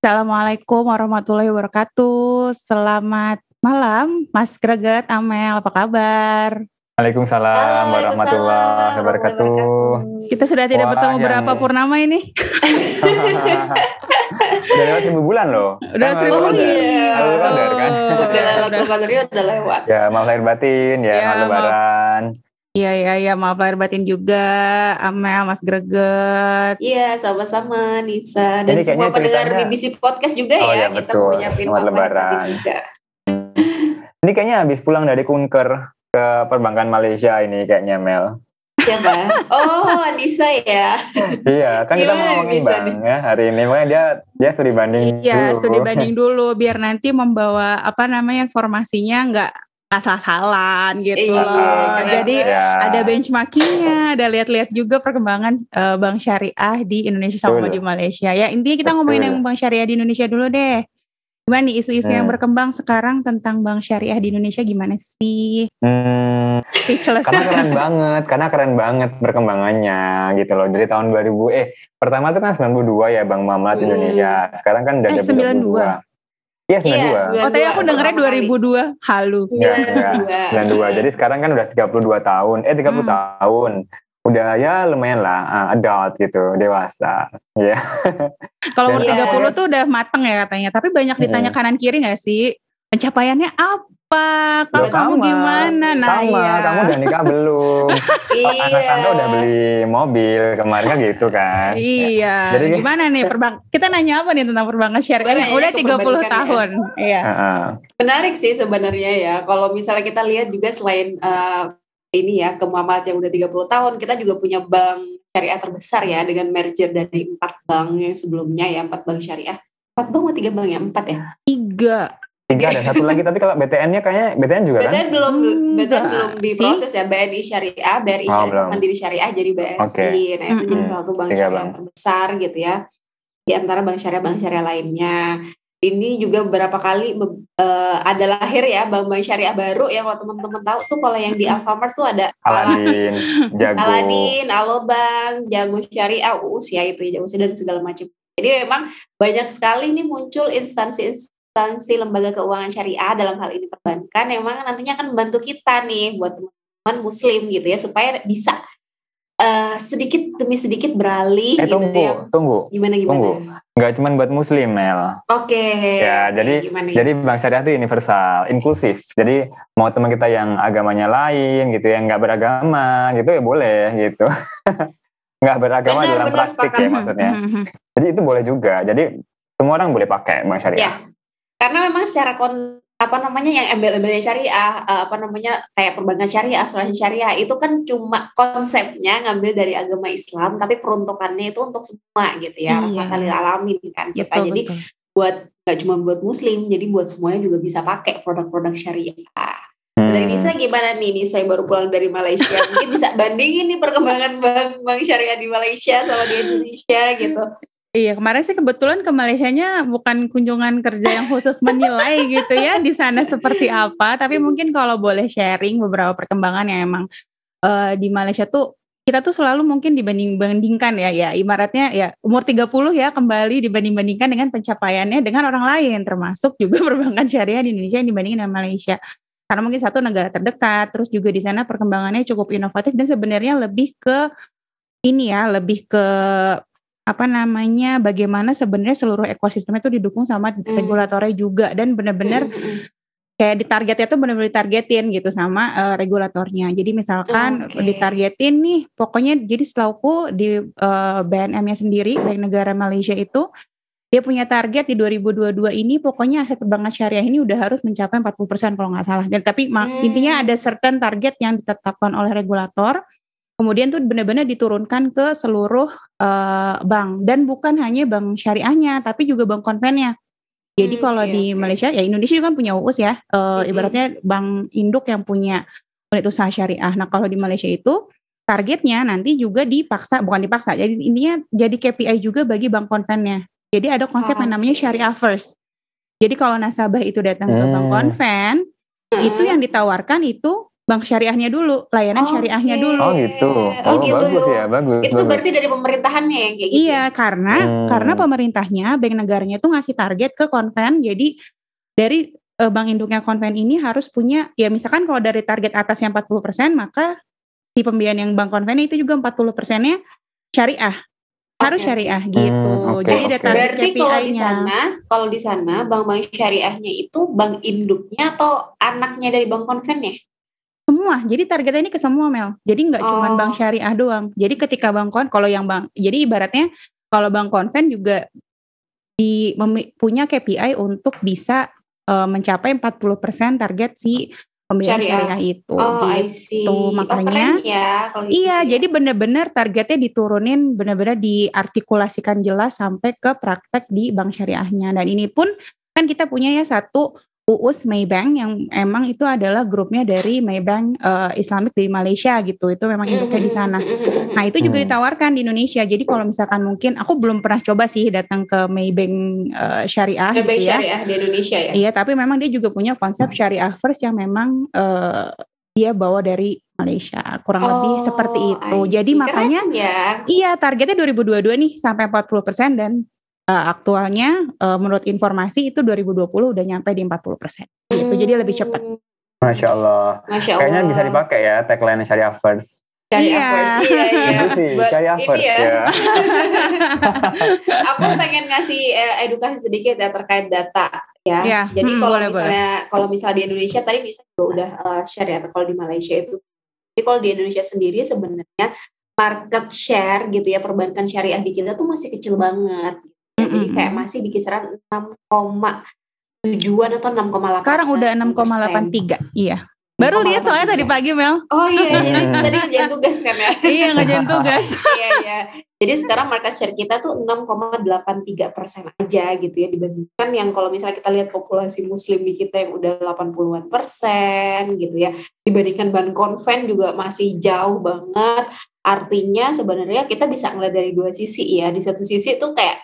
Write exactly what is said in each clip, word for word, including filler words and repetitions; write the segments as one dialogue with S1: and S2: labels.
S1: Assalamualaikum warahmatullahi wabarakatuh. Selamat malam, Mas Greget, Amel, apa kabar?
S2: Waalaikumsalam warahmatullahi wabarakatuh.
S1: Kita sudah tidak
S2: Wah,
S1: bertemu
S2: yang-
S1: berapa purnama ini?
S2: Udah lewat seribu bulan loh.
S1: Udah
S2: Kan
S1: seribu
S2: lalu
S1: bulan.
S2: Qadar. Lalu Qadar kan.
S3: Udah Lailatul Qadarnya udah lewat.
S2: Ya, maaf lahir batin ya,
S1: Ya,
S2: maaf lebaran.
S1: Iya, iya, iya, maaf lahir batin juga, Amel, Mas Greget.
S3: Iya, sama-sama Nisa dan
S2: Ini
S3: semua
S2: kayaknya
S3: pendengar
S2: ceritanya-
S3: B B C Podcast juga
S2: Oh,
S3: ya.
S2: ya,
S3: Kita
S2: betul.
S3: mau nyiapin
S2: Selamat
S3: maaf lahir batin
S2: lebaran.
S3: juga.
S2: Ini kayaknya habis pulang dari kunker ke perbankan Malaysia ini kayaknya Mel.
S3: Siapa? Oh, Nisa ya.
S2: Iya, kan kita
S3: Gimana
S2: mau ngomongin
S3: bisa
S2: bang ya hari ini. Makanya dia dia studi banding
S1: Iya,
S2: dulu.
S1: studi banding dulu biar nanti membawa apa namanya informasinya nggak asal-asalan gitu
S3: Iya,
S1: loh.
S3: keren.
S1: Jadi
S2: Ya.
S1: ada benchmarkingnya, ada lihat-lihat juga perkembangan eh, bank syariah di Indonesia sama
S2: Betul.
S1: di Malaysia. Ya intinya kita
S2: Betul.
S1: ngomongin yang bank syariah di Indonesia dulu deh. Gimana nih isu-isu yang
S2: Hmm.
S1: berkembang sekarang tentang bank syariah di Indonesia gimana sih?
S2: Hmm,
S1: Speechless.
S2: karena keren banget, karena keren banget perkembangannya gitu loh. Dari tahun dua ribu eh pertama tuh kan sembilan puluh dua ya Bank Muamalat
S3: Hmm.
S2: Indonesia. Sekarang kan udah
S1: Eh,
S2: ada
S1: sembilan puluh dua.
S2: Iya, sembilan puluh dua.
S3: Iya, sembilan
S1: Oh tadi aku
S3: pertama
S1: dengernya
S3: kali.
S1: dua ribu dua. Halu.
S2: Enggak,
S3: sembilan
S2: enggak.
S3: puluh dua.
S2: sembilan puluh dua. Jadi sekarang kan udah tiga puluh dua tahun. Eh tiga puluh
S1: Hmm.
S2: tahun. Udah ya lumayan lah uh, adult gitu, dewasa. Ya.
S1: Kalau umur
S3: Iya.
S1: tiga puluh tuh udah mateng ya katanya. Tapi banyak ditanya
S2: Hmm.
S1: kanan kiri gak sih? Pencapaiannya apa? Kalau
S2: Ya,
S1: kamu
S2: sama.
S1: gimana? Nah
S2: Sama,
S1: iya.
S2: kamu udah nikah belum? Oh, anak
S3: Iya.
S2: tante udah beli mobil kemarin kan gitu kan.
S1: Iya.
S2: Jadi-
S1: Gimana nih perbank? Kita nanya apa nih tentang perbankan syariah yang
S3: Nanya
S1: udah
S3: ke
S1: tiga puluh
S3: perbankan ya.
S1: tahun? Iya.
S2: Heeh.
S3: Menarik sih sebenarnya ya. Kalau misalnya kita lihat juga selain eh, ini ya, ke Muamalat yang udah tiga puluh tahun, kita juga punya bank syariah terbesar ya dengan merger dari empat bank yang sebelumnya ya, empat bank syariah. Empat bank atau tiga bank ya? Empat ya?
S1: Tiga.
S2: Tiga ada satu lagi tapi kalau B T N-nya kayaknya B T N juga
S3: B T N
S2: kan?
S3: belum B T N
S1: Enggak
S3: belum diproses ya, B N I Syariah, B R I
S2: Oh,
S3: Syariah,
S2: belum.
S3: Mandiri Syariah jadi B S I.
S2: Oke.
S3: Nah, itu jadi
S1: Mm-mm.
S3: salah satu bank
S2: Tiga
S3: syariah
S2: bank.
S3: terbesar gitu ya. Di antara bank syariah-bank syariah lainnya. Ini juga beberapa kali be- eh, ada lahir ya bank-bank syariah baru yang kalau teman-teman tahu tuh kalau yang di Alfamart tuh ada
S2: Aladin, Jago.
S3: Aladin, Alobank, Jago Syariah, U U S ya itu ya, U U S dan segala macam. Jadi memang banyak sekali nih muncul instansi-instansi lembaga keuangan syariah dalam hal ini perbankan yang memang nantinya akan membantu kita nih buat teman-teman muslim gitu ya supaya bisa eh, sedikit demi sedikit beralih
S2: Eh
S3: gitu
S2: tunggu,
S3: ya.
S2: tunggu.
S3: Gimana gimana?
S2: Tunggu. Nggak cuma buat muslim, Mel.
S3: Oke.
S2: Ya,
S3: Oke,
S2: jadi
S3: gimana ya?
S2: jadi bank syariah itu universal, inklusif. Jadi mau teman kita yang agamanya lain gitu, yang nggak beragama gitu ya boleh gitu. Nggak beragama
S3: Benar,
S2: dalam
S3: benar,
S2: praktik
S3: sepakat.
S2: ya maksudnya. Jadi itu boleh juga. Jadi semua orang boleh pakai bank syariah.
S3: Ya, karena memang secara kon apa namanya yang embel-embelnya syariah, eh, apa namanya kayak perbankan syariah, asuransi syariah itu kan cuma konsepnya ngambil dari agama Islam, tapi peruntukannya itu untuk semua gitu ya,
S1: Iya.
S3: rahmatan lil alamin kan kita.
S1: Betul,
S3: Jadi
S1: betul.
S3: buat nggak cuma buat muslim, jadi buat semuanya juga bisa pakai produk-produk syariah.
S2: Hmm.
S3: Dari Nisa gimana nih? Nisa yang baru pulang dari Malaysia, mungkin bisa bandingin nih perkembangan bank bank syariah di Malaysia sama di Indonesia gitu.
S1: Iya, kemarin sih kebetulan ke Malaysianya bukan kunjungan kerja yang khusus menilai gitu ya di sana seperti apa, tapi mungkin kalau boleh sharing beberapa perkembangan yang emang eh, di Malaysia tuh kita tuh selalu mungkin dibanding-bandingkan ya, ya ibaratnya ya umur tiga puluh ya kembali dibanding-bandingkan dengan pencapaiannya dengan orang lain, termasuk juga perbankan syariah di Indonesia yang dibandingin dengan Malaysia. Karena mungkin satu negara terdekat, terus juga di sana perkembangannya cukup inovatif dan sebenarnya lebih ke ini ya, lebih ke apa namanya bagaimana sebenarnya seluruh ekosistemnya itu didukung sama regulatornya juga dan benar-benar kayak ditargetnya tuh benar-benar ditargetin gitu sama uh, regulatornya. Jadi misalkan
S3: Oke.
S1: ditargetin nih, pokoknya jadi setauku di uh, B N M-nya sendiri, Bank Negara Malaysia itu dia punya target di dua ribu dua puluh dua ini pokoknya aset perbankan syariah ini udah harus mencapai empat puluh persen kalau nggak salah. Dan tapi
S3: Hmm.
S1: intinya ada certain target yang ditetapkan oleh regulator. Kemudian tuh benar-benar diturunkan ke seluruh uh, bank dan bukan hanya bank syariahnya, tapi juga bank konvennya. Jadi
S3: Hmm,
S1: kalau
S3: oke,
S1: di
S3: oke.
S1: Malaysia, ya Indonesia juga kan punya U U S ya, uh,
S3: Mm-mm.
S1: ibaratnya bank induk yang punya unit usaha syariah. Nah kalau di Malaysia itu targetnya nanti juga dipaksa, bukan dipaksa, jadi intinya jadi K P I juga bagi bank konvennya. Jadi ada konsep yang namanya
S3: Oke.
S1: syariah first. Jadi kalau nasabah itu datang ke bank
S2: Hmm.
S1: konven, itu yang ditawarkan itu bank syariahnya dulu, layanan syariahnya
S3: Oke.
S1: dulu.
S2: Oh gitu.
S3: Oh
S2: Oh,
S3: gitu.
S2: bagus ya, bagus,
S3: Itu
S2: bagus.
S3: berarti dari pemerintahannya yang kayak gitu.
S1: Iya, karena
S2: Hmm.
S1: karena pemerintahnya, bank negaranya itu ngasih target ke konven. Jadi dari uh, bank induknya konven ini harus punya, ya misalkan kalau dari target atasnya empat puluh persen, maka di pembiayaan yang bank konven itu juga empat puluh persennya syariah. Harus
S3: Oke,
S1: syariah
S3: oke.
S1: gitu.
S2: Hmm, oke,
S1: Jadi ada
S2: oke.
S1: target
S3: Berarti kalau di
S1: K P I-nya.
S3: sana, kalau di sana bank-bank syariahnya itu bank induknya atau anaknya dari bank konvennya?
S1: Semua. Jadi targetnya ini ke semua, Mel. Jadi nggak cuma
S3: Oh.
S1: bank syariah doang. Jadi ketika bank kon, kalau yang bank, jadi ibaratnya kalau bank konven juga di memi- punya K P I untuk bisa uh, mencapai empat puluh persen target si pembiayaan
S3: Syariah.
S1: syariah itu.
S3: Oh, I
S1: gitu.
S3: see.
S1: Makanya
S3: Oh, keren ya kalau gitu
S1: iya,
S3: ya.
S1: jadi benar-benar targetnya diturunin, benar-benar diartikulasikan jelas sampai ke praktek di bank syariahnya. Dan ini pun kan kita punya ya satu U U S Maybank yang emang itu adalah grupnya dari Maybank uh, Islamic di Malaysia gitu. Itu memang induknya di sana. Nah, itu juga
S2: Hmm.
S1: ditawarkan di Indonesia. Jadi kalau misalkan mungkin aku belum pernah coba sih datang ke Maybank uh, syariah
S3: Maybank
S1: gitu ya.
S3: syariah di Indonesia ya.
S1: Iya, tapi memang dia juga punya konsep syariah first yang memang uh, dia bawa dari Malaysia, kurang
S3: Oh,
S1: lebih seperti itu.
S3: I
S1: Jadi
S3: see.
S1: makanya
S3: Keren ya.
S1: iya, targetnya dua ribu dua puluh dua nih sampai empat puluh persen dan uh, aktualnya uh, menurut informasi itu dua ribu dua puluh udah nyampe di empat puluh persen. Gitu. Jadi lebih cepat.
S2: Masya Allah.
S3: Masya Allah.
S2: Kayaknya bisa dipakai ya tagline syariah first.
S3: Syariah
S1: Iya.
S3: first. Iya, iya.
S2: Itu sih,
S3: Buat
S2: syariah
S3: ini
S2: first
S3: ya.
S2: ya.
S3: Aku pengen ngasih eh, edukasi sedikit ya terkait data ya.
S1: Ya,
S3: Jadi
S1: hmm,
S3: kalau
S1: boleh,
S3: misalnya kalau misalnya di Indonesia tadi bisa juga udah uh, syariah, atau kalau di Malaysia itu. Jadi kalau di Indonesia sendiri sebenarnya market share gitu ya perbankan syariah di kita tuh masih kecil banget. Gitu.
S1: Mm-mm.
S3: Jadi kayak masih di kisaran enam koma tujuh atau enam koma delapan.
S1: Sekarang udah enam koma delapan tiga. Iya. Baru lihat soalnya tadi pagi, Mel.
S3: Oh iya, jadi tadi ngerjain tugas kan ya.
S1: Iya, ngerjain tugas.
S3: Iya, iya. Jadi sekarang market share kita tuh enam koma delapan tiga persen aja gitu ya, dibandingkan yang kalau misalnya kita lihat populasi muslim di kita yang udah delapan puluhan persen gitu ya, dibandingkan bank konven juga masih jauh banget. Artinya sebenarnya kita bisa ngeliat dari dua sisi ya. Di satu sisi tuh kayak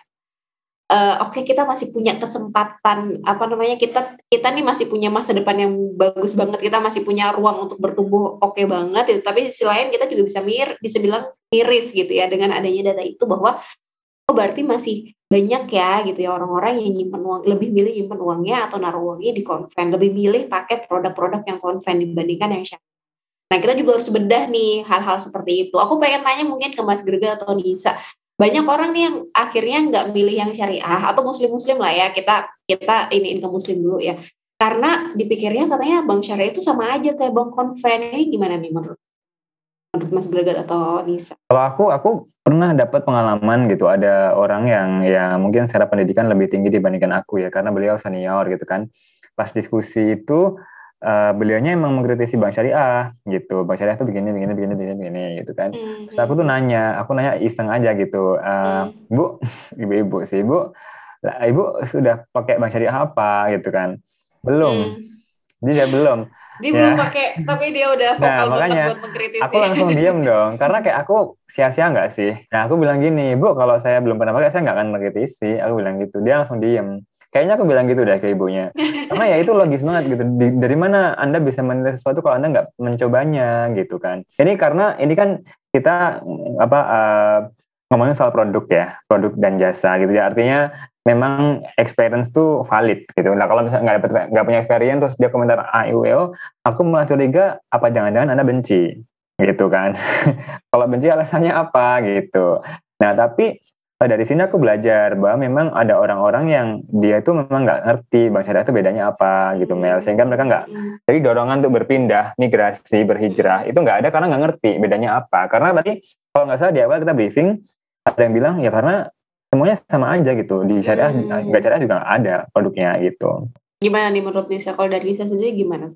S3: Uh, Oke okay, kita masih punya kesempatan apa namanya kita kita nih masih punya masa depan yang bagus banget, kita masih punya ruang untuk bertumbuh oke okay banget gitu. Tapi di sisi lain kita juga bisa mir bisa bilang miris gitu ya dengan adanya data itu, bahwa oh berarti masih banyak ya gitu ya orang-orang yang nyimpen uang, lebih milih nyimpen uangnya atau naruh uangnya di konven, lebih milih pakai produk-produk yang konven dibandingkan yang syariah. Nah kita juga harus bedah nih hal-hal seperti itu. Aku pengen tanya mungkin ke Mas Grega atau Nisa, banyak orang nih yang akhirnya nggak milih yang syariah atau muslim-muslim lah ya, kita kita iniin ke muslim dulu ya, karena dipikirnya katanya bank syariah itu sama aja kayak bank konven. Ini gimana nih menurut menurut Mas Gregat atau Nisa?
S2: Kalau aku aku pernah dapat pengalaman gitu, ada orang yang ya mungkin secara pendidikan lebih tinggi dibandingkan aku ya, karena beliau senior gitu kan. Pas diskusi itu Uh, beliaunya emang mengkritisi bank syariah gitu, bank syariah tuh begini begini begini begini begini gitu kan.
S3: Mm-hmm.
S2: Terus aku tuh nanya, aku nanya iseng aja gitu, uh, mm. Bu, ibu-ibu sih ibu, lah, ibu sudah pakai bank syariah apa gitu kan? Belum, mm. dia belum.
S3: Dia ya. belum pakai, tapi dia udah vokal
S2: nah,
S3: banget
S2: makanya,
S3: buat mengkritisi.
S2: Aku langsung diem dong, karena kayak aku sia-sia nggak sih? Nah aku bilang gini, Bu, kalau saya belum pernah pakai, saya nggak akan mengkritisi. Aku bilang gitu, dia langsung diem. Kayaknya aku bilang gitu deh ke ibunya. Karena ya itu logis banget gitu. Di, dari mana Anda bisa menilai sesuatu kalau Anda nggak mencobanya gitu kan. Ini karena ini kan kita apa uh, ngomongin soal produk ya, produk dan jasa gitu ya. Artinya memang experience tuh valid gitu. Nah kalau misalnya nggak dapet nggak punya experience terus dia komentar A I U E O, aku mulai curiga apa jangan-jangan Anda benci gitu kan. Kalau benci alasannya apa gitu. Nah tapi dari sini aku belajar bahwa memang ada orang-orang yang dia itu memang nggak ngerti bank syariah itu bedanya apa gitu Mel, sehingga mereka nggak, jadi dorongan untuk berpindah, migrasi, berhijrah itu nggak ada karena nggak ngerti bedanya apa. Karena tadi kalau nggak salah di awal kita briefing ada yang bilang ya karena semuanya sama aja gitu, di syariah nggak syariah juga ada produknya gitu.
S3: Gimana nih menurut Nisa? Kalau dari Nisa sendiri gimana?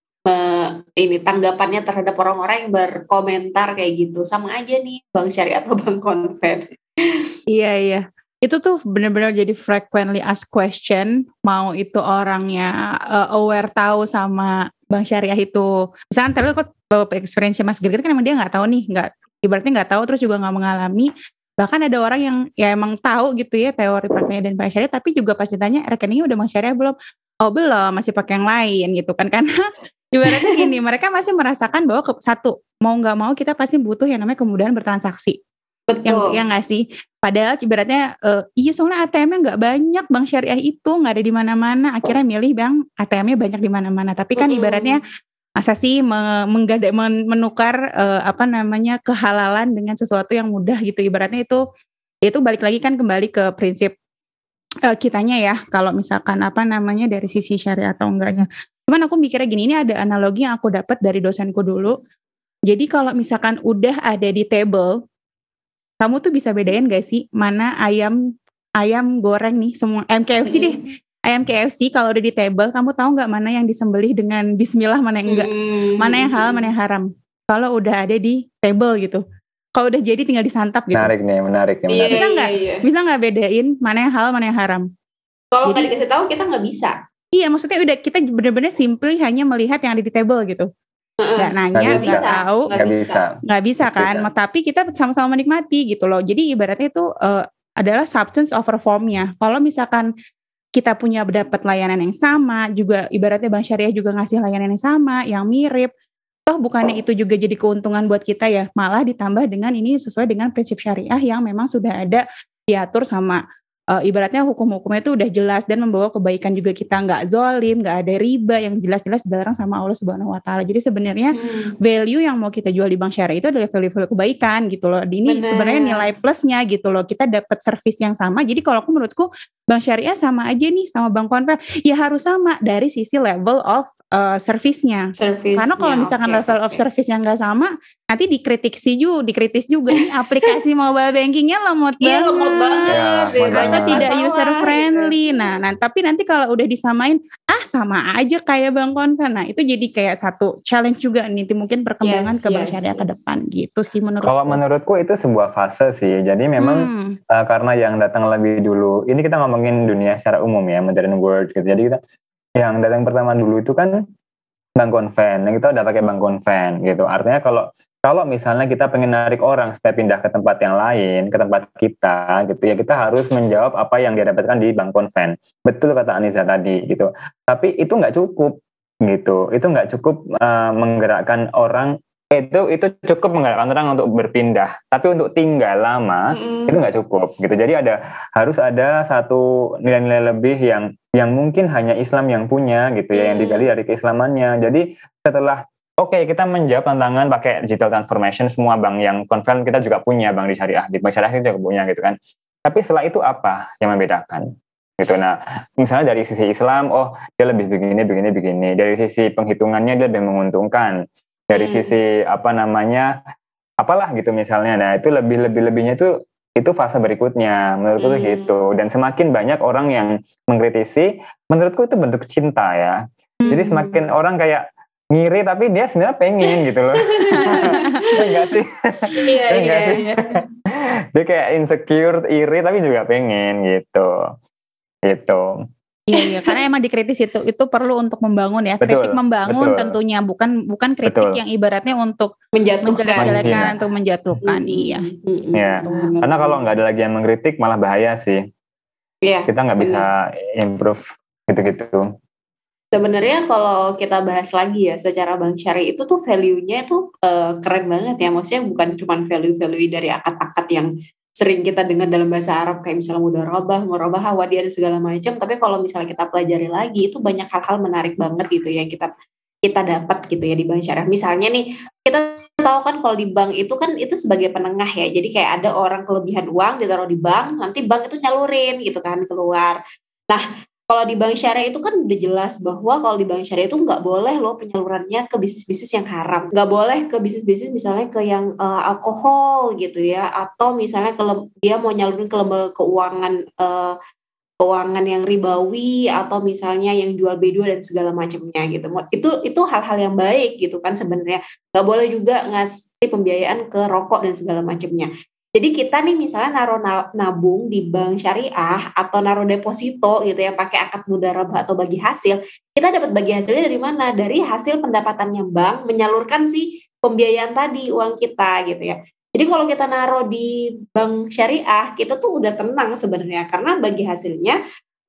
S3: Uh, ini tanggapannya terhadap orang-orang yang berkomentar kayak gitu, sama aja nih bank syariah atau bank konven?
S1: Iya iya, itu tuh benar-benar jadi frequently asked question. Mau itu orangnya uh, aware tahu sama bank syariah itu, misalkan terlalu kok experience Mas Gerger kan emang dia nggak tahu nih, nggak ibaratnya nggak tahu terus juga nggak mengalami. Bahkan ada orang yang ya emang tahu gitu ya teori prakteknya dan bank syariah, tapi juga pas ditanya rekeningnya udah bank syariah belum? Oh belum, masih pakai yang lain gitu kan, karena Ibaratnya gini, mereka masih merasakan bahwa ke, satu, mau nggak mau kita pasti butuh yang namanya kemudahan bertransaksi.
S3: Betul.
S1: Yang yang nggak sih? Padahal ibaratnya, uh, iya soalnya A T M-nya nggak banyak, bank syariah itu nggak ada di mana-mana. Akhirnya milih bank A T M-nya banyak di mana-mana. Tapi kan
S3: Mm-mm.
S1: ibaratnya masa sih menggada, menukar uh, apa namanya kehalalan dengan sesuatu yang mudah gitu. Ibaratnya itu itu balik lagi kan kembali ke prinsip uh, kitanya ya. Kalau misalkan apa namanya dari sisi syariah atau enggaknya. Cuman aku mikirnya gini, ini ada analogi yang aku dapat dari dosenku dulu. Jadi kalau misalkan udah ada di table, kamu tuh bisa bedain gak sih mana ayam ayam goreng nih semua ayam K F C deh. Ayam K F C kalau udah di table, kamu tahu nggak mana yang disembelih dengan bismillah, mana yang enggak? Mana yang halal, mana yang haram? Kalau udah ada di table gitu. Kalau udah jadi tinggal disantap gitu.
S2: Menarik nih, menarik nih.
S3: Iya,
S2: Menarik.
S1: Bisa nggak?
S3: iya, iya.
S1: Bisa nggak bedain mana yang halal, mana yang haram?
S3: Kalau nggak
S1: Jadi-
S3: dikasih tahu kita nggak bisa.
S1: Iya, maksudnya udah kita bener-bener simply hanya melihat yang ada di table gitu. Nggak nanya,
S2: Nggak
S1: nggak
S2: bisa.
S1: tahu,
S3: Nggak
S2: Nggak bisa.
S1: nggak bisa
S2: Nggak
S1: kan?
S2: bisa.
S1: Tapi kita sama-sama menikmati gitu loh. Jadi ibaratnya itu uh, adalah substance over formnya. Kalau misalkan kita punya dapat layanan yang sama, juga ibaratnya Bank Syariah juga ngasih layanan yang sama, yang mirip. Toh bukannya itu juga jadi keuntungan buat kita ya, malah ditambah dengan ini sesuai dengan prinsip syariah yang memang sudah ada diatur sama uh, ibaratnya hukum-hukumnya itu udah jelas dan membawa kebaikan juga, kita nggak zolim, nggak ada riba, yang jelas-jelas dilarang sama Allah Subhanahu Wa Taala. Jadi sebenarnya
S3: Hmm.
S1: value yang mau kita jual di bank syariah itu adalah value-value kebaikan gitu loh. Ini
S3: Benar.
S1: sebenarnya nilai plusnya gitu loh. Kita dapat service yang sama. Jadi kalau aku menurutku bank syariah sama aja nih sama bank konven. Ya harus sama dari sisi level of uh, service-nya.
S3: Service.
S1: Karena kalau misalkan level of service yang nggak sama, nanti dikritik sih juga, dikritis juga ini aplikasi mobile bankingnya lemot
S3: Iya,
S1: banget.
S3: lemot banget.
S2: Ya,
S3: ya,
S2: lemot
S3: banyak
S1: Atau tidak
S3: masalah,
S1: user friendly.
S3: gitu.
S1: Nah, nah, tapi nanti kalau udah disamain, ah sama aja kayak bank konven. Nah, itu jadi kayak satu challenge juga nih, mungkin perkembangan
S3: Yes,
S1: ke bank
S3: yes,
S1: syariah ke
S3: yes.
S1: depan gitu sih menurutku.
S2: Kalau menurutku itu sebuah fase sih. Jadi memang
S1: Hmm.
S2: uh, karena yang datang lebih dulu, ini kita ngomongin dunia secara umum ya, modern world gitu. Jadi kita yang datang pertama dulu itu kan bank konven, yang kita udah pakai bank konven gitu. Artinya kalau kalau misalnya kita pengen narik orang supaya pindah ke tempat yang lain, ke tempat kita gitu ya, kita harus menjawab apa yang dia dapatkan di bank konven. Betul kata Aniza tadi gitu. Tapi itu nggak cukup gitu. Itu nggak cukup uh, menggerakkan orang. Itu itu cukup menggerakkan orang untuk berpindah. Tapi untuk tinggal lama
S3: Mm-mm.
S2: itu nggak cukup gitu. Jadi ada harus ada satu nilai-nilai lebih yang yang mungkin hanya Islam yang punya gitu ya, yang
S3: Hmm.
S2: digali dari keislamannya. Jadi setelah oke okay, kita menjawab tantangan pakai digital transformation, semua bank yang konven kita juga punya, bank di syariah, di bank syariah kita juga punya gitu kan. Tapi setelah itu apa yang membedakan? Gitu. Nah, misalnya dari sisi Islam, oh dia lebih begini, begini, begini. Dari sisi penghitungannya dia lebih menguntungkan. Dari
S3: Hmm.
S2: sisi apa namanya, apalah gitu misalnya. Nah itu lebih lebih lebihnya itu itu fase berikutnya menurutku tuh
S3: Hmm.
S2: gitu. Dan semakin banyak orang yang mengkritisi, menurutku itu bentuk cinta ya. Jadi semakin orang kayak ngiri tapi dia sebenarnya pengen gitu loh. Enggak sih?
S3: Iya,
S2: Iya
S3: iya,
S2: nggak sih?
S3: iya.
S2: Dia kayak insecure, iri tapi juga pengen gitu. Gitu.
S1: Iya iya, karena emang dikritis itu itu perlu untuk membangun ya.
S2: Betul,
S1: Kritik membangun
S2: betul.
S1: tentunya, bukan bukan kritik
S2: Betul.
S1: yang ibaratnya untuk
S3: Menjatuhkan.
S1: menjelek-jelekan
S2: Menghina.
S1: atau menjatuhkan.
S3: Mm-mm.
S1: Iya.
S3: Mm-mm.
S2: Ya,
S3: Benar.
S2: karena kalau nggak ada lagi yang mengkritik malah bahaya sih.
S3: Iya,
S2: Kita nggak bisa
S3: benar.
S2: improve gitu-gitu.
S3: Sebenarnya kalau kita bahas lagi ya secara bank syariah itu tuh value-nya itu eh, keren banget ya. Maksudnya bukan cuma value-value dari akad-akad yang sering kita dengar dalam bahasa Arab kayak misalnya mudharabah, murabahah, wadiah dan segala macam. Tapi kalau misalnya kita pelajari lagi itu banyak hal-hal menarik banget gitu ya yang kita kita dapat gitu ya di bank syariah. Misalnya nih kita tahu kan kalau di bank itu kan itu sebagai penengah ya. Jadi kayak ada orang kelebihan uang ditaruh di bank, nanti bank itu nyalurin gitu kan keluar. Nah, kalau di bank syariah itu kan udah jelas bahwa kalau di bank syariah itu nggak boleh loh penyalurannya ke bisnis-bisnis yang haram. Nggak boleh ke bisnis-bisnis misalnya ke yang uh, alkohol gitu ya. Atau misalnya ke lem- dia mau nyalurin ke lembaga keuangan uh, keuangan yang ribawi atau misalnya yang jual B dua dan segala macamnya gitu. Itu itu hal-hal yang baik gitu kan sebenarnya. Nggak boleh juga ngasih pembiayaan ke rokok dan segala macamnya. Jadi kita nih misalnya naruh nabung di bank syariah atau naruh deposito gitu ya pakai akad mudharabah atau bagi hasil, kita dapat bagi hasilnya dari mana? Dari hasil pendapatannya bank menyalurkan si pembiayaan tadi uang kita gitu ya. Jadi kalau kita naruh di bank syariah, kita tuh udah tenang sebenarnya karena bagi hasilnya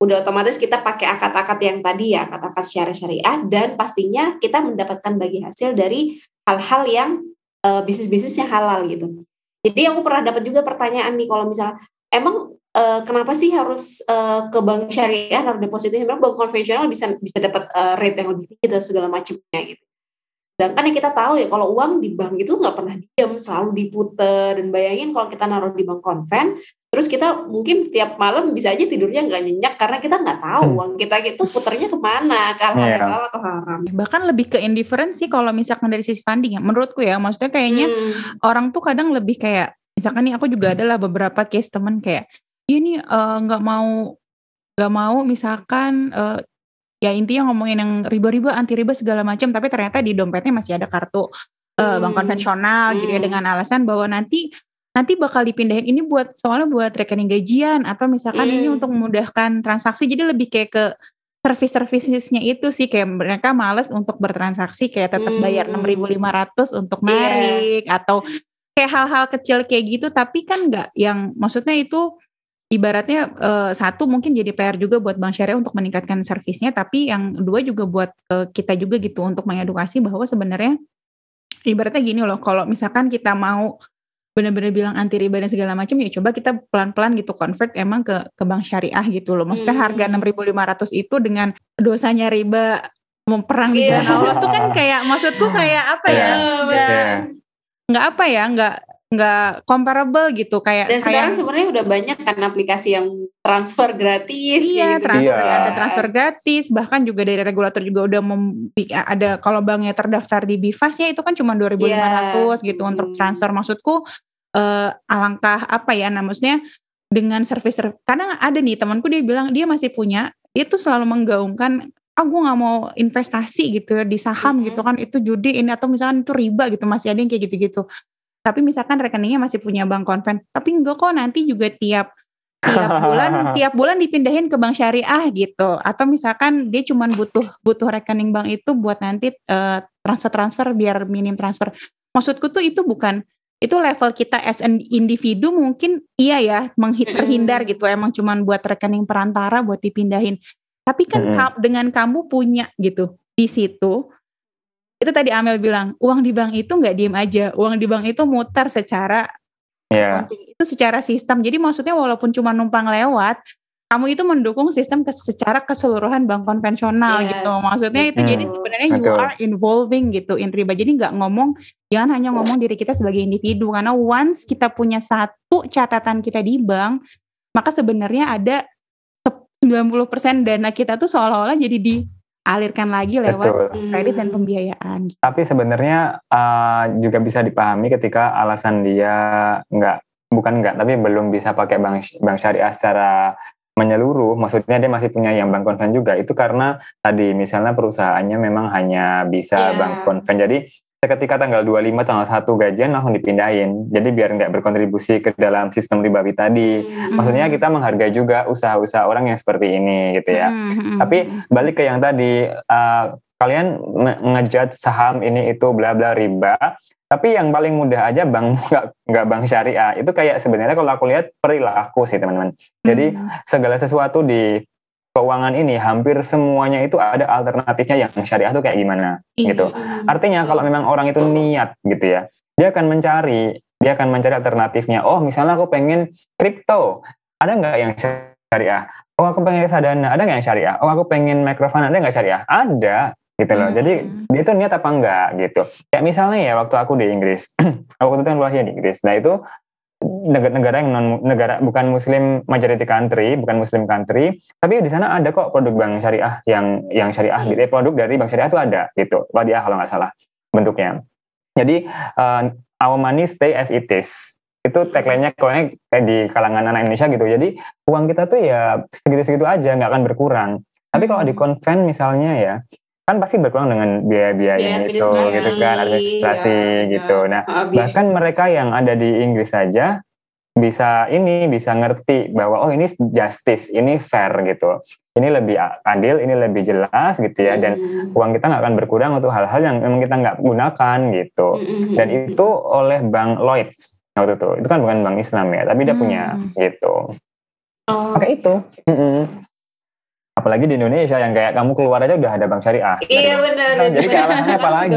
S3: udah otomatis kita pakai akad-akad yang tadi ya, akad-akad secara syariah, dan pastinya kita mendapatkan bagi hasil dari hal-hal yang uh, bisnis-bisnis yang halal gitu. Jadi aku pernah dapat juga pertanyaan nih, kalau misalnya emang uh, kenapa sih harus uh, ke bank syariah naruh depositnya, sebenarnya bank konvensional bisa bisa dapat uh, rate yang lebih tinggi dan segala macamnya gitu. Sedangkan yang kita tahu ya, kalau uang di bank itu nggak pernah diam, selalu diputer. Dan bayangin kalau kita naruh di bank konven, terus kita mungkin tiap malam bisa aja tidurnya nggak nyenyak karena kita nggak tahu uang kita itu puternya kemana, ke hal
S2: Iya.
S3: halal atau haram.
S1: Bahkan lebih ke indifferent sih kalau misalkan dari sisi funding ya, menurutku ya. Maksudnya kayaknya
S3: Hmm.
S1: orang tuh kadang lebih kayak, misalkan nih aku juga adalah beberapa case temen kayak, dia nih eh, nggak mau nggak mau misalkan eh, ya intinya ngomongin yang riba-riba, anti riba segala macam, tapi ternyata di dompetnya masih ada kartu uh, bank
S3: Hmm.
S1: konvensional gitu ya,
S3: Hmm.
S1: dengan alasan bahwa nanti nanti bakal dipindahin ini buat soalnya buat rekening gajian, atau misalkan ini
S3: Hmm.
S1: untuk memudahkan transaksi. Jadi lebih kayak ke service-servicesnya itu sih, kayak mereka males untuk bertransaksi, kayak tetap bayar
S3: Hmm.
S1: enam ribu lima ratus untuk
S3: Iya.
S1: narik, atau kayak hal-hal kecil kayak gitu, tapi kan nggak yang maksudnya itu ibaratnya eh, satu mungkin jadi P R juga buat bank syariah untuk meningkatkan servisnya, tapi yang dua juga buat eh, kita juga gitu untuk mengedukasi bahwa sebenarnya ibaratnya gini loh, kalau misalkan kita mau benar-benar bilang anti riba dan segala macam, ya coba kita pelan-pelan gitu convert emang ke ke bank syariah gitu loh. Maksudnya harga enam
S3: Hmm.
S1: ribu lima ratus itu dengan dosanya riba memperang di
S3: Iya.
S1: jalan Allah tuh kan kayak, maksudku kayak apa ya,
S2: Iya.
S1: nggak
S2: Iya.
S1: nggak apa ya, nggak nggak comparable gitu, kayak
S3: Dan sekarang
S1: sayang.
S3: sebenarnya udah banyak kan aplikasi yang transfer gratis
S1: Iya,
S3: kayak gitu.
S1: transfer
S2: Iya.
S1: ada transfer gratis, bahkan juga dari regulator juga udah membi- ada, kalau banknya terdaftar di BIFAS ya itu kan cuma dua ribu lima ratus
S3: Iya.
S1: gitu untuk
S3: Hmm.
S1: transfer. Maksudku eh, alangkah apa ya, nah maksudnya dengan service, kadang ada nih temanku dia bilang dia masih punya, dia tuh selalu menggaungkan, ah gue nggak mau investasi gitu ya di saham
S3: Mm-mm.
S1: gitu kan, itu judi ini, atau misalkan itu riba gitu, masih ada yang kayak gitu-gitu. Tapi misalkan rekeningnya masih punya bank konven, tapi enggak kok, nanti juga tiap tiap bulan tiap bulan dipindahin ke bank syariah gitu. Atau misalkan dia cuman butuh butuh rekening bank itu buat nanti eh, transfer-transfer biar minim transfer. Maksudku tuh itu bukan, itu level kita as an individu mungkin iya ya, menghi-
S3: Mm-mm.
S1: terhindar gitu, emang cuman buat rekening perantara buat dipindahin. Tapi kan
S2: Mm-mm.
S1: ka- dengan kamu punya gitu di situ, itu tadi Amel bilang, uang di bank itu nggak diem aja, uang di bank itu muter secara
S2: Iya.
S1: accounting, itu secara sistem. Jadi maksudnya walaupun cuma numpang lewat, kamu itu mendukung sistem kes- secara keseluruhan bank konvensional gitu.
S3: Yes,
S1: Maksudnya itu
S3: betul.
S1: jadi
S2: Hmm.
S1: sebenarnya you
S2: Betul.
S1: are involving gitu in riba. Jadi nggak ngomong, jangan hanya ngomong diri kita sebagai individu, karena once kita punya satu catatan kita di bank, maka sebenarnya ada sembilan puluh persen dana kita tuh seolah-olah jadi dialirkan lagi lewat
S2: Betul.
S1: kredit dan
S3: Hmm.
S1: pembiayaan.
S2: Tapi sebenarnya uh, juga bisa dipahami ketika alasan dia nggak, bukan nggak, tapi belum bisa pakai bank bank syariah secara menyeluruh. Maksudnya dia masih punya yang bank konven juga. Itu karena tadi misalnya perusahaannya memang hanya bisa
S3: Iya.
S2: bank konven. Jadi ketika tanggal dua puluh lima tanggal satu gajian langsung dipindahin. Jadi biar nggak berkontribusi ke dalam sistem ribawi tadi.
S3: Hmm.
S2: Maksudnya kita menghargai juga usaha-usaha orang yang seperti ini gitu ya.
S1: Hmm, hmm,
S2: Tapi
S1: hmm.
S2: balik ke yang tadi, uh, kalian me- ngejudge saham ini itu bla bla riba, tapi yang paling mudah aja bank nggak nggak bank syariah itu kayak sebenarnya kalau aku lihat perilaku sih teman-teman. Jadi
S1: Hmm.
S2: segala sesuatu di keuangan ini hampir semuanya itu ada alternatifnya yang syariah tuh kayak gimana
S1: Iya.
S2: gitu.
S3: Hmm.
S2: Artinya kalau memang orang itu niat gitu ya, dia akan mencari dia akan mencari alternatifnya. Oh misalnya aku pengen kripto, ada nggak yang syariah? Oh aku pengen reksadana, ada nggak yang syariah? Oh aku pengen microfinance, ada nggak syariah? Ada gitu loh.
S1: Hmm.
S2: Jadi dia tuh niat apa enggak gitu. Kayak misalnya ya waktu aku di Inggris, aku waktu itu kan luasnya di Inggris. Nah itu negara-negara yang non negara bukan muslim majority country, bukan muslim country, tapi di sana ada kok produk bank syariah yang yang syariah gitu. Eh, produk dari bank syariah itu ada gitu. Wadiah kalau nggak salah bentuknya. Jadi uh, our money stay as it is. Itu tagline-nya kayaknya kayak di kalangan anak Indonesia gitu. Jadi uang kita tuh ya segitu-segitu aja, nggak akan berkurang. Tapi kalau di konven misalnya ya, kan pasti berkurang dengan biaya-biaya
S3: Biaya
S2: ini itu
S3: administrasi,
S2: gitu kan, administrasi
S3: ya,
S2: gitu.
S3: ya.
S2: Nah,
S3: Ah, biaya.
S2: bahkan mereka yang ada di Inggris saja bisa ini bisa ngerti bahwa oh ini justice, ini fair gitu. Ini lebih adil, ini lebih jelas gitu ya, dan
S3: Hmm.
S2: uang kita nggak akan berkurang untuk hal-hal yang memang kita nggak gunakan gitu.
S3: Hmm.
S2: Dan itu oleh Bank Lloyds waktu itu. Itu kan bukan bank Islam ya, tapi dia
S1: Hmm.
S2: punya gitu.
S3: Oh.
S2: Pakai itu. Mm-mm. apalagi di Indonesia yang kayak kamu keluar aja udah ada bank syariah.
S3: Iya benar.
S2: Nah, jadi kayak alasannya apa lagi?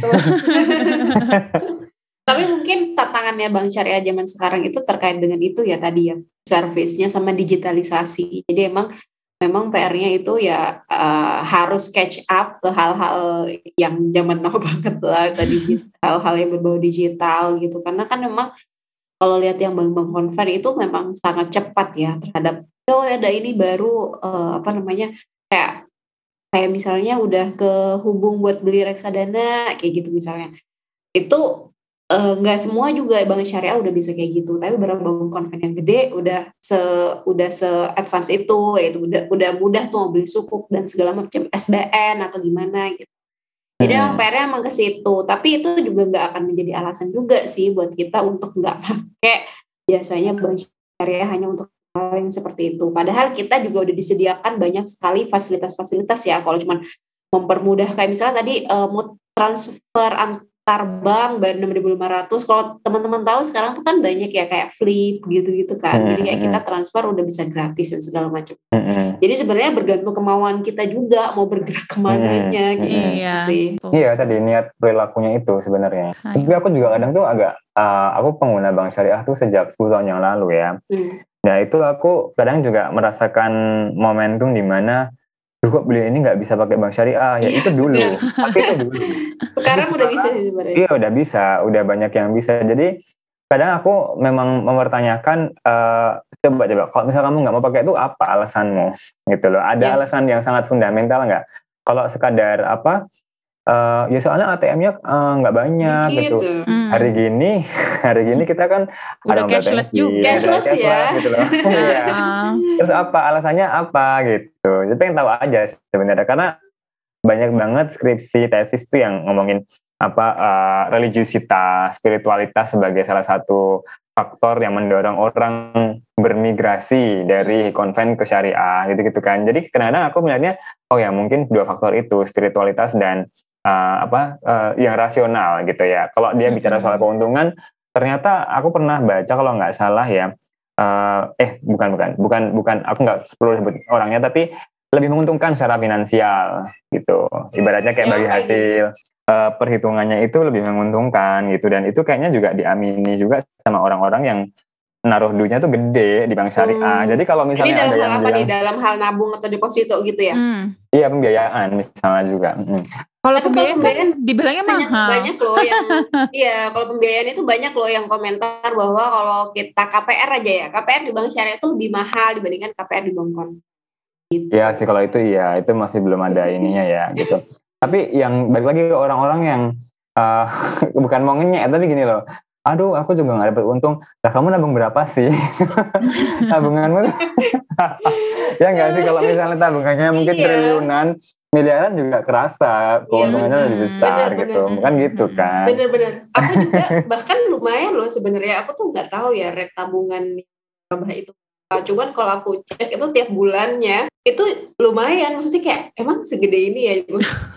S3: Tapi mungkin tantangannya bank syariah zaman sekarang itu terkait dengan itu ya tadi ya, servicenya sama digitalisasi. Jadi emang memang P R-nya itu ya uh, harus catch up ke hal-hal yang zaman now banget lah tadi, hal-hal yang berbau digital gitu. Karena kan memang kalau lihat yang bank-bank konven itu memang sangat cepat ya terhadap oh ada ini baru uh, apa namanya kayak kayak misalnya udah kehubung buat beli reksadana kayak gitu misalnya. Itu nggak uh, semua juga bank syariah udah bisa kayak gitu, tapi beberapa bank konven yang gede udah se udah se advance itu, yaitu udah udah mudah tuh mau beli sukuk dan segala macam S B N atau gimana gitu. Jadi hmm. P R-nya emang ke situ, tapi itu juga nggak akan menjadi alasan juga sih buat kita untuk nggak pakai biasanya bank syariah hanya untuk hal yang seperti itu. Padahal kita juga udah disediakan banyak sekali fasilitas-fasilitas ya. Kalau cuma mempermudah kayak misalnya tadi uh, mau transfer antar bank bayar enam ribu lima ratus. Kalau teman-teman tahu sekarang tuh kan banyak ya kayak flip gitu-gitu kan.
S2: Mm-hmm.
S3: Jadi kayak kita transfer udah bisa gratis dan segala macam. Mm-hmm. Jadi sebenarnya bergantung kemauan kita juga mau bergerak kemananya mm-hmm. gitu
S1: iya,
S3: sih.
S2: Iya tadi niat perilakunya itu sebenarnya. Hai. Tapi aku juga kadang tuh agak uh, aku pengguna bank syariah tuh sejak sepuluh tahun yang lalu ya. Mm. Nah itu aku kadang juga merasakan momentum di mana kok beli ini nggak bisa pakai bank syariah ya itu dulu tapi itu dulu
S3: sekarang udah bisa sih sebenarnya.
S2: Iya udah bisa, udah banyak yang bisa. Jadi kadang aku memang mempertanyakan uh, coba coba kalau misalnya kamu nggak mau pakai itu apa alasanmu gitu loh. Ada yes. alasan yang sangat fundamental nggak? Kalau sekadar apa? Uh, ya soalnya A T M-nya nggak uh, banyak gitu. gitu. Hmm. Hari gini, hari gini kita kan
S1: udah cashless juga,
S3: cashless, cashless ya.
S2: Gitu loh. ya. Terus apa alasannya apa gitu? Jadi pengen tahu aja sebenarnya karena banyak banget skripsi tesis tuh yang ngomongin apa uh, religiusitas, spiritualitas sebagai salah satu faktor yang mendorong orang bermigrasi dari konven ke syariah gitu-gitu kan. Jadi kadang-kadang aku melihatnya oh ya mungkin dua faktor itu spiritualitas dan Uh, apa uh, yang rasional gitu ya. Kalau dia bicara soal keuntungan, ternyata aku pernah baca kalau nggak salah ya, uh, eh bukan bukan bukan bukan aku nggak perlu sebut orangnya, tapi lebih menguntungkan secara finansial gitu. Ibaratnya kayak bagi hasil uh, perhitungannya itu lebih menguntungkan gitu, dan itu kayaknya juga diamini juga sama orang-orang yang naruh duitnya tuh gede di bank syariah. Hmm. Jadi kalau misalnya ada yang
S3: apa bilang, nih dalam hal nabung atau deposito gitu ya? Hmm.
S2: Iya pembiayaan misalnya juga. Hmm.
S1: Kalau pembiayaan, pembiayaan kan dibilangnya
S3: banyak,
S1: mahal.
S3: Banyak loh yang iya, kalau pembiayaan itu banyak loh yang komentar bahwa kalau kita K P R aja ya, K P R di bank syariah itu lebih mahal dibandingkan K P R di bank kon.
S2: Gitu. Ya sih kalau itu iya, itu masih belum ada ininya ya gitu. Tapi yang balik lagi ke orang-orang yang uh, bukan mau ngenyek, tapi gini loh. Aduh, aku juga nggak dapat untung. Lah kamu nabung berapa sih? Tabunganmu? Ya nggak sih kalau misalnya tabungannya mungkin iya. triliunan, miliaran juga kerasa keuntungannya iya, lebih besar bener, gitu, bener. Bukan gitu kan?
S3: Bener-bener. Aku juga bahkan lumayan loh sebenarnya. Aku tuh nggak tahu ya rate tabungan itu. Cuman kalau aku cek itu tiap bulannya itu lumayan. Maksudnya kayak emang segede ini ya?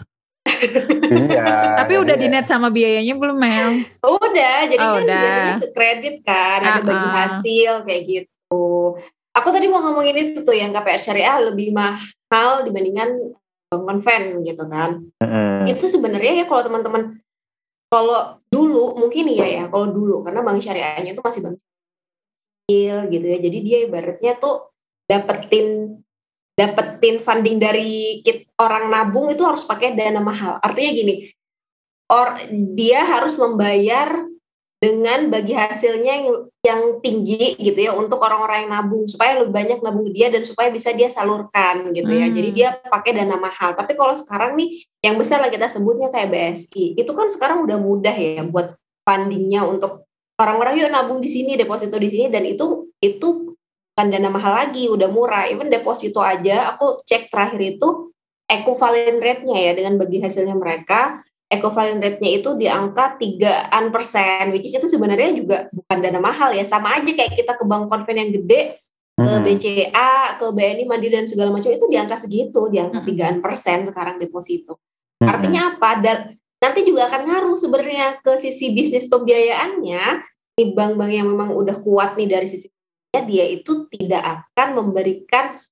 S2: Iya.
S1: Tapi udah di net sama biayanya belum Mel?
S3: Udah, jadi
S1: oh,
S3: kan
S1: udah.
S3: biasanya ke kredit kan, ada bagi hasil kayak gitu. Aku tadi mau ngomongin itu tuh yang K P R syariah lebih mahal dibandingkan bank konven gitu kan. Mm. Itu sebenarnya ya kalau teman-teman, kalau dulu mungkin iya ya, kalau dulu karena bank syariahnya itu masih bank kecil gitu ya. Jadi dia ibaratnya tuh dapetin dapetin funding dari kit, orang nabung itu harus pakai dana mahal. Artinya gini, or dia harus membayar dengan bagi hasilnya yang, yang tinggi gitu ya untuk orang-orang yang nabung supaya lebih banyak nabung dia dan supaya bisa dia salurkan gitu ya. Hmm. Jadi dia pakai dana mahal. Tapi kalau sekarang nih yang besar lah kita sebutnya kayak B S I, itu kan sekarang udah mudah ya buat fundingnya untuk orang-orang yuk nabung di sini, deposito di sini, dan itu itu bukan dana mahal lagi, udah murah. Even deposito aja, aku cek terakhir itu equivalent rate-nya ya dengan bagi hasilnya mereka, equivalent rate-nya itu di angka tigaan persen, which is itu sebenarnya juga bukan dana mahal ya, sama aja kayak kita ke bank konven yang gede, ke hmm. B C A, ke B N I Mandiri dan segala macam itu di angka segitu, di angka tigaan persen sekarang deposito. Hmm. Artinya apa? Dan nanti juga akan ngaruh sebenarnya ke sisi bisnis pembiayaannya, di bank-bank yang memang udah kuat nih dari sisi dia itu tidak akan memberikan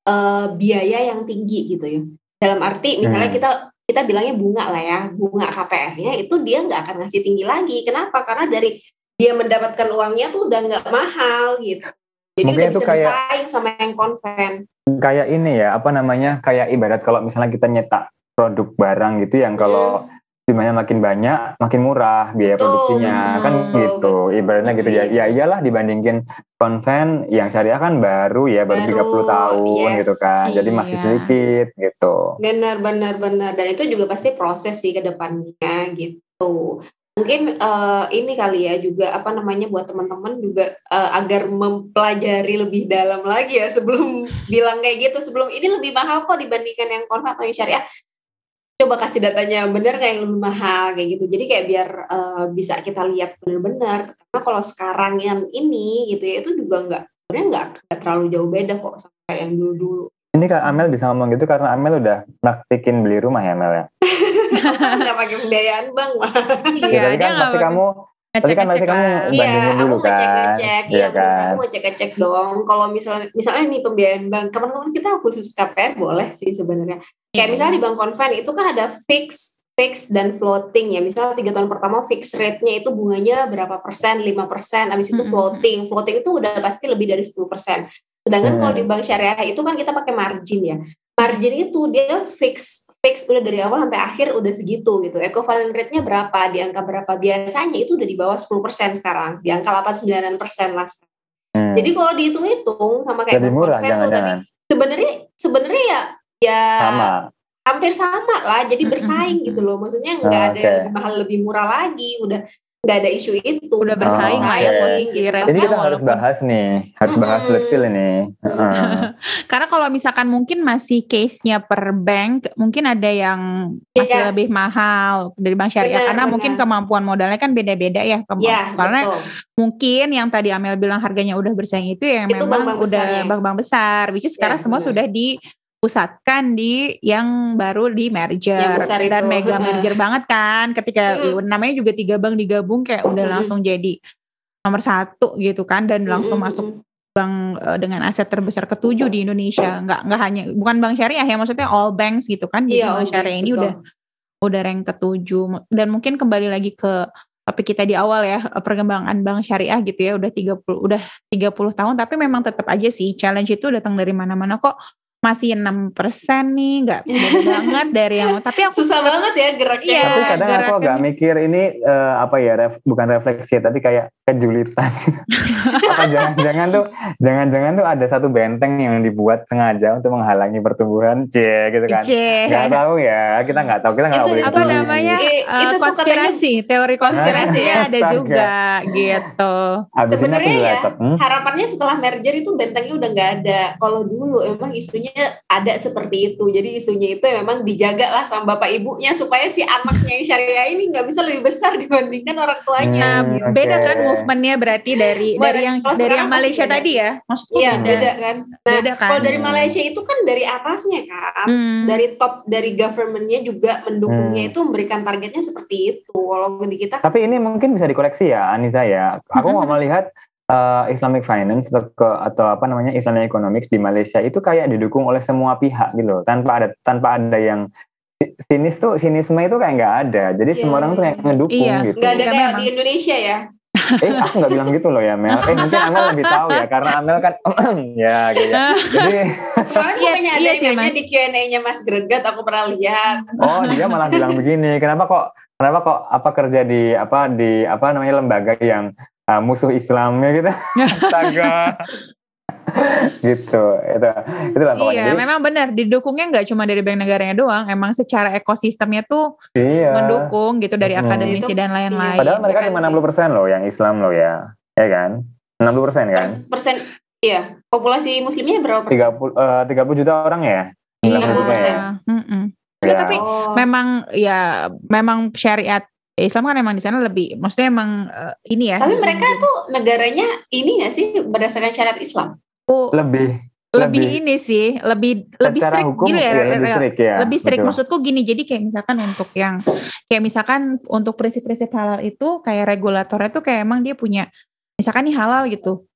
S3: uh, biaya yang tinggi gitu ya. Dalam arti misalnya
S2: Hmm.
S3: kita kita bilangnya bunga lah ya, bunga K P R-nya itu dia nggak akan ngasih tinggi lagi. Kenapa? Karena dari dia mendapatkan uangnya tuh udah nggak mahal gitu. Jadi
S2: Mungkin
S3: udah
S2: itu
S3: bisa
S2: kayak
S3: bersaing sama yang konven.
S2: kayak ini ya, apa namanya, kayak ibarat kalau misalnya kita nyetak produk barang gitu yang kalau
S3: Hmm.
S2: jumlahnya makin banyak, makin murah biaya
S3: Betul,
S2: produksinya, kan
S3: betul,
S2: gitu.
S3: betul.
S2: Ibaratnya gitu ya.
S3: Iya.
S2: Ya iyalah dibandingin konven yang syariah kan baru ya, baru tiga puluh
S3: Baru,
S2: tahun
S3: yes.
S2: gitu kan. Jadi masih
S1: Iya.
S2: sedikit gitu.
S3: Benar, benar, benar. Dan itu juga pasti proses sih ke depannya gitu. Mungkin eh, ini kali ya juga apa namanya buat teman-teman juga eh, agar mempelajari lebih dalam lagi ya sebelum bilang kayak gitu. Sebelum ini lebih mahal kok dibandingkan yang konven atau yang syariah. Coba kasih datanya benar kayak yang lebih mahal kayak gitu. Jadi kayak biar eh, bisa kita lihat benar-benar. Karena kalau sekarang yang ini gitu ya itu juga nggak sebenarnya nggak nggak terlalu jauh beda kok sama kayak yang dulu-dulu.
S2: Ini Kak Amel bisa ngomong gitu karena Amel udah praktikin beli rumah ya Mel ya.
S3: Nggak pakai pembiayaan bang.
S2: Ya,
S1: Iya,
S2: tadi
S1: dia
S2: kan
S1: nggak
S2: pasti
S1: pakai-
S2: kamu tadi kan pasti
S1: ngecek-ngecek
S2: kamu
S1: lah.
S3: Iya,
S2: bandingin
S3: aku
S2: dulu kan.
S3: ngecek-ngecek.
S2: Iya
S3: Iya,
S2: kan.
S3: aku ngecek-ngecek dong. Kalau misalnya, misalnya nih pembiayaan bank, teman-teman kita khusus K P R boleh sih sebenarnya. Kayak
S1: Iya.
S3: misalnya di bank konven itu kan ada fix, fix dan floating ya. Misalnya tiga tahun pertama fix rate-nya itu bunganya berapa persen, lima persen. Abis itu
S1: Mm-mm.
S3: floating. Floating itu udah pasti lebih dari sepuluh persen. Sedangkan
S2: Hmm.
S3: kalau di bank syariah itu kan kita pakai margin ya. Margin itu dia fix fix udah dari awal sampai akhir udah segitu gitu. Equivalent rate-nya berapa, di angka berapa. Biasanya itu udah di bawah sepuluh persen sekarang, di angka delapan puluh sembilan persen lah.
S2: Hmm.
S3: Jadi kalau dihitung-hitung sama kayak
S2: Lebih
S3: bank
S2: murah
S3: konven tuh tadi,
S2: jangan-jangan.
S3: sebenarnya sebenarnya ya ya
S2: Sama.
S3: hampir sama lah. Jadi bersaing gitu loh. Maksudnya nggak
S2: Ah,
S3: ada
S2: oke.
S3: yang lebih mahal lebih murah lagi. Udah nggak ada isu itu.
S1: Udah bersaing
S2: lah ya
S1: posisi
S3: gitu.
S1: rate-nya.
S2: Ini kita harus
S1: walaupun-
S2: bahas nih, harus bahas
S3: Mm-mm.
S2: flat feel ini. Heeh.
S1: Karena kalau misalkan mungkin masih case-nya per bank, mungkin ada yang masih
S3: Yes.
S1: lebih mahal dari bank syariah.
S3: Benar,
S1: karena
S3: benar.
S1: mungkin kemampuan modalnya kan beda-beda ya. Kemamp-
S3: Ya,
S1: karena
S3: betul.
S1: mungkin yang tadi Amel bilang harganya udah bersaing itu yang
S3: Itu
S1: memang
S3: bank-bank
S1: udah
S3: besarnya.
S1: bank-bank besar. Which is sekarang
S3: Ya,
S1: semua
S3: benar.
S1: sudah dipusatkan di yang baru di merger.
S3: Yang besar
S1: Dan
S3: itu.
S1: mega merger banget kan. Ketika
S3: Mm.
S1: namanya juga tiga bank digabung kayak udah
S3: Mm-mm.
S1: langsung jadi nomor satu gitu kan. Dan langsung
S3: Mm-mm.
S1: masuk bank uh, dengan aset terbesar ketujuh di Indonesia, nggak nggak hanya bukan bank syariah ya, maksudnya all banks gitu kan. Jadi
S3: Iya,
S1: bank
S3: all
S1: syariah
S3: banks,
S1: ini
S3: betul.
S1: udah udah rank ketujuh. Dan mungkin kembali lagi ke topik kita di awal ya, perkembangan bank syariah gitu ya, udah tiga puluh udah tiga puluh tahun, tapi memang tetap aja sih challenge itu datang dari mana-mana. Kok masih enam persen nih, nggak beda banget dari yang tapi aku
S3: Susah banget ya geraknya.
S1: Iya,
S2: Tapi kadang aku
S1: gerakan-
S2: agak mikir ini eh, apa ya, ref- bukan refleksi tapi kayak kejulitan. Apa jangan-jangan tuh, jangan-jangan tuh ada satu benteng yang dibuat sengaja untuk menghalangi pertumbuhan, cie gitu kan?
S1: Cie.
S2: Nggak tahu ya, kita nggak tahu, kita nggak
S3: Itu-
S2: boleh
S1: apa
S2: judge.
S1: namanya
S3: I-
S1: uh,
S3: itu tuh
S1: konspirasi teori konspirasinya ada
S2: Astaga.
S1: juga gitu.
S2: Abis ini aku
S3: Sebenarnya ya,
S2: dilacak, hmm?
S3: harapannya setelah merger itu bentengnya udah nggak ada. Kalau dulu emang isunya ada seperti itu. Jadi isunya itu memang dijaga lah sama bapak ibunya supaya si anaknya yang syariah ini nggak bisa lebih besar dibandingkan orang tuanya.
S2: Hmm,
S1: Nah, beda
S2: oke.
S1: kan movementnya berarti dari
S3: Beda.
S1: dari yang
S3: Kalau
S1: dari
S3: sekarang
S1: yang
S3: pasti
S1: Malaysia
S3: beda.
S1: tadi ya, maksudku
S3: Iya,
S1: beda.
S3: beda kan. Nah,
S1: Beda kan?
S3: kalau dari
S2: Hmm.
S3: Malaysia itu kan dari atasnya kan,
S1: Hmm.
S3: dari top dari governmentnya juga mendukungnya
S2: Hmm.
S3: itu memberikan targetnya seperti itu. Kalau di kita
S2: Tapi ini mungkin bisa dikoreksi ya, Anissa ya. Aku mau melihat uh, Islamic Finance atau, ke, atau apa namanya Islamic Economics di Malaysia itu kayak didukung oleh semua pihak gitu loh. Tanpa ada tanpa ada yang sinis tuh, sinisme itu kayak nggak ada. Jadi
S3: Iya,
S2: semua orang tuh kayak ngedukung
S1: Iya.
S2: gitu.
S3: nggak ada
S1: Ya,
S3: kayak
S1: memang.
S3: di Indonesia ya.
S2: Eh aku nggak bilang gitu loh ya Mel. Eh mungkin Amel lebih tahu ya karena Amel kan ya gitu ya. Jadi
S3: Kemarin
S1: Iya,
S3: bukannya ada
S1: iya
S3: yang
S1: sih,
S3: nanya
S1: Mas.
S3: di Q and A-nya Mas Greget, aku pernah lihat.
S2: oh dia malah bilang begini. Kenapa kok kenapa kok apa kerja di apa di apa namanya lembaga yang uh, musuh Islamnya gitu. Astaga. gitu itu itulah pokoknya.
S1: Iya,
S2: Jadi,
S1: memang benar didukungnya nggak cuma dari bank negaranya doang, emang secara ekosistemnya tuh
S2: iya.
S1: mendukung gitu dari
S2: Hmm.
S1: akademisi
S3: Itu-
S1: dan lain-lain.
S2: Padahal mereka
S3: Bukan
S2: cuma
S3: sih.
S2: enam puluh persen loh yang Islam loh ya. Ya kan? enam puluh persen kan?
S3: Pers- persen, iya. Populasi muslimnya berapa persen?
S2: tiga puluh eh, tiga puluh juta orang ya?
S1: Iya,
S2: sembilan puluh juta ya?
S1: mm-mm.
S2: Ya.
S1: Ya, tapi
S3: Oh.
S1: memang ya memang syariat Islam kan emang di sana lebih, maksudnya emang eh, ini ya.
S3: Tapi mereka tuh negaranya ini nggak sih berdasarkan syariat Islam?
S1: Oh,
S2: lebih
S1: lebih
S2: lebih-
S1: ini sih, lebih lebih
S2: secara
S1: strict
S2: hukum
S1: gitu ya,
S2: ya, lebih
S1: re-
S2: strict ya.
S1: lebih strict
S2: betul.
S1: maksudku gini. Jadi kayak misalkan untuk yang kayak misalkan untuk prinsip-prinsip halal itu kayak regulatornya tuh kayak emang dia punya misalkan nih halal gitu.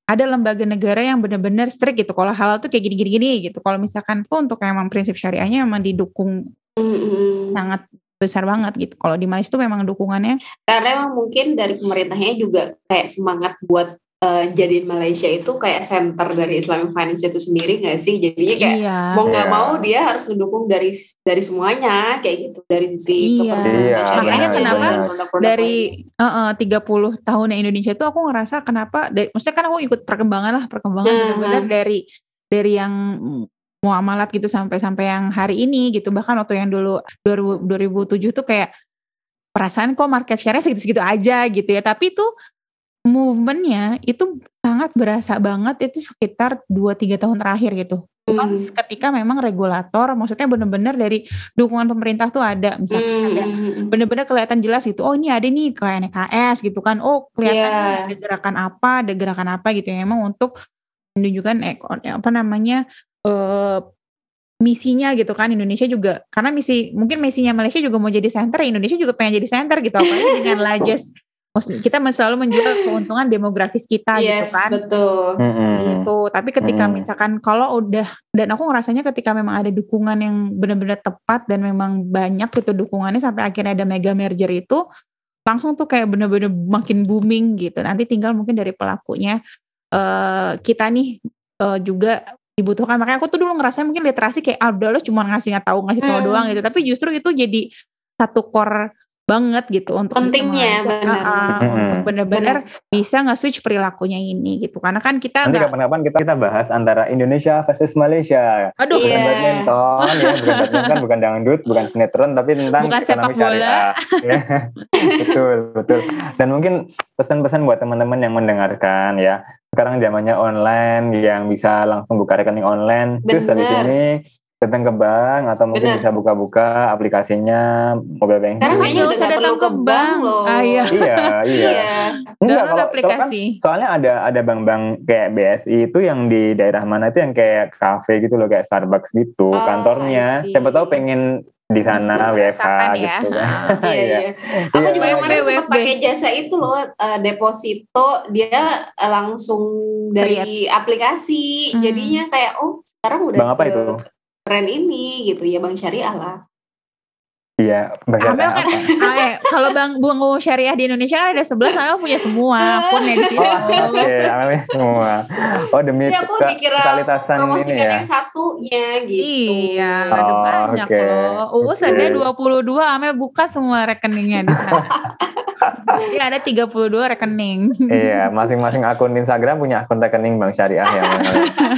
S1: ada lembaga negara yang benar-benar strict gitu. Kalau halal tuh kayak gini-gini gitu. Kalau misalkan tuh untuk emang prinsip syariahnya emang didukung
S3: Mm-mm.
S1: sangat besar banget gitu. Kalau di Malaysia tuh memang dukungannya.
S3: Karena emang mungkin dari pemerintahnya juga kayak semangat buat uh, jadiin Malaysia itu kayak center dari Islamic Finance itu sendiri nggak sih? Jadinya kayak
S1: Iya.
S3: mau nggak
S2: Iya.
S3: mau dia harus mendukung dari dari semuanya kayak gitu, dari sisi
S1: Iya.
S3: kepentingan
S2: Iya,
S3: syariah
S1: Makanya
S3: maupun
S1: kenapa
S3: produk-produk
S1: dari
S3: lainnya.
S1: uh, uh, tiga puluh tahunnya Indonesia itu aku ngerasa kenapa dari, maksudnya kan aku ikut perkembangan lah, perkembangan
S3: Nah,
S1: benar-benar dari dari yang muamalat gitu sampai sampai yang hari ini gitu. Bahkan waktu yang dulu dua ribu tujuh tuh kayak perasaan kok market share-nya segitu-segitu aja gitu ya. Tapi tuh movementnya itu sangat berasa banget itu sekitar dua tiga tahun terakhir gitu. Once
S3: hmm.
S1: ketika memang regulator, maksudnya benar-benar dari dukungan pemerintah tuh ada, misalkan
S3: Hmm,
S1: ada
S3: hmm, hmm.
S1: benar-benar kelihatan jelas gitu. Oh ini ada nih kayak N K S gitu kan. Oh kelihatan nih
S3: Iya.
S1: ada gerakan apa, ada gerakan apa gitu ya. Emang untuk menunjukkan eh, apa namanya eh, misinya gitu kan. Indonesia juga karena misi mungkin misinya Malaysia juga mau jadi center, Indonesia juga pengen jadi center gitu. Apalagi dengan largest, maksud- kita selalu menjual keuntungan demografis kita gitu
S3: Yes,
S1: kan.
S3: betul.
S2: Mm-mm.
S1: Gitu. Tapi ketika
S2: Mm-mm.
S1: misalkan kalau udah, dan aku ngerasanya ketika memang ada dukungan yang benar-benar tepat dan memang banyak gitu dukungannya sampai akhirnya ada mega merger itu, langsung tuh kayak benar-benar makin booming gitu. Nanti tinggal mungkin dari pelakunya eh kita nih eh, juga dibutuhkan. Makanya aku tuh dulu ngerasa mungkin literasi kayak ah udah lo cuma ngasih nggak tahu ngasih tahu
S3: Hmm.
S1: doang gitu. Tapi justru itu jadi satu core banget gitu untuk bisa
S3: Pentingnya,
S1: mengajak,
S3: benar.
S1: ah, ah,
S2: Mm-mm.
S1: untuk benar-benar bisa nge-switch perilakunya ini gitu. Karena kan kita
S2: Nanti
S1: nggak,
S2: kapan-kapan kita kita bahas antara Indonesia versus Malaysia.
S1: aduh,
S2: Bukan
S3: Iya.
S2: badminton ya, bukan badminton, bukan dangdut, bukan sinetron, tapi tentang
S1: Bukan
S2: ekonomi
S1: sepak bola.
S2: syariah. Ya. Betul, betul. Dan mungkin pesan-pesan buat teman-teman yang mendengarkan ya. Sekarang zamannya online, yang bisa langsung buka rekening online. Terus habis
S3: Benar.
S2: ini datang ke bank atau mungkin
S3: Benar.
S2: bisa buka-buka aplikasinya mobile banking.
S3: Sekarang kayaknya
S1: Nggak
S3: udah
S1: usah
S3: nggak perlu
S1: datang
S3: ke
S1: ke
S3: bank
S1: bank.
S3: loh.
S1: Ah, iya.
S2: Iya, iya.
S3: Iya.
S2: Enggak,
S1: Download
S2: kalau kalau kan
S1: aplikasi.
S2: soalnya ada ada bank-bank kayak B S I itu yang di daerah mana itu yang kayak kafe gitu loh, kayak Starbucks gitu
S3: Oh,
S2: kantornya.
S3: I see.
S2: Siapa tahu pengen di sana W F H
S1: Merasakan ya.
S2: gitu kan.
S3: Iya, iya. Aku
S2: Iya,
S3: juga
S2: makanya.
S3: kemarin
S1: W F B.
S3: sempat pakai jasa itu loh, eh, deposito dia eh, langsung dari aplikasi.
S1: Hmm.
S3: Jadinya kayak oh sekarang udah
S2: Bank apa itu?
S3: keren ini gitu ya, bank syariah lah.
S2: Iya, bank
S1: Amel
S2: syariah
S1: kan,
S2: apa?
S1: ah, eh, kalau bang bank syariah di Indonesia kan ada sebelas, Amel punya semua akunnya di situ.
S2: Oh, oke, Amelia semua. Oh, demi
S3: Jadi aku
S2: ke-
S3: dikira
S2: ketalitasan ini
S3: promosikan
S2: ya.
S3: yang satunya gitu.
S1: Iya, ada
S2: Oh,
S1: banyak
S2: oke.
S1: loh. Uus
S2: Oke.
S1: ada dua puluh dua, Amel buka semua rekeningnya di sana. Jadi ada tiga puluh dua rekening.
S2: Iya, masing-masing akun Instagram punya akun rekening bank syariah ya. Mel.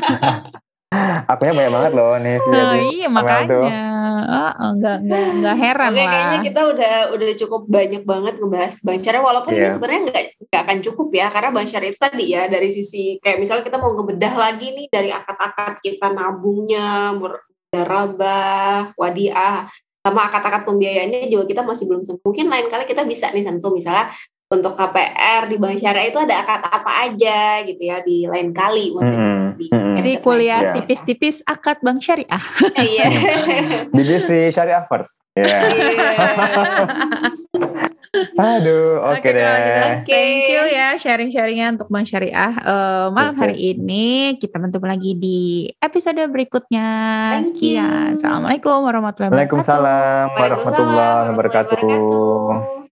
S2: Akunnya banyak banget loh nih si
S1: Nah,
S2: Yadi.
S1: iya
S2: Amel
S1: makanya,
S2: tuh.
S1: ah, enggak enggak enggak heran
S3: Oke,
S1: lah.
S3: kayaknya kita udah udah cukup banyak banget ngebahas bank syariah, walaupun ini
S2: Iya.
S3: sebenarnya nggak nggak akan cukup ya, karena bank syariah itu tadi ya dari sisi kayak misalnya kita mau ngebedah lagi nih dari akad-akad kita nabungnya, murabah, wadiah, sama akad-akad pembiayaannya juga kita masih belum sentuh. Mungkin lain kali kita bisa nih sentuh misalnya untuk K P R di bank syariah itu ada akad apa aja gitu ya di lain kali maksudnya.
S2: Mm-mm,
S3: Di
S2: mm-mm.
S1: Jadi
S3: episode
S1: kuliah
S2: Iya.
S1: tipis-tipis akad bank syariah.
S3: lain. Iya.
S2: Divisi syariah first. Iya. Aduh, oke
S1: Oke,
S2: deh.
S1: kalau gitu,
S3: Oke.
S1: thank you ya sharing-sharingnya untuk Bank Syariah. Eh, malam
S2: Sip,
S1: hari
S2: sip.
S1: ini kita bertemu lagi di episode berikutnya.
S3: Thank you.
S1: Sekian. Assalamualaikum warahmatullahi wabarakatuh.
S2: Waalaikumsalam warahmatullahi
S3: Waalaikumsalam warahmatullahi
S2: wabarakatuh.
S3: wabarakatuh.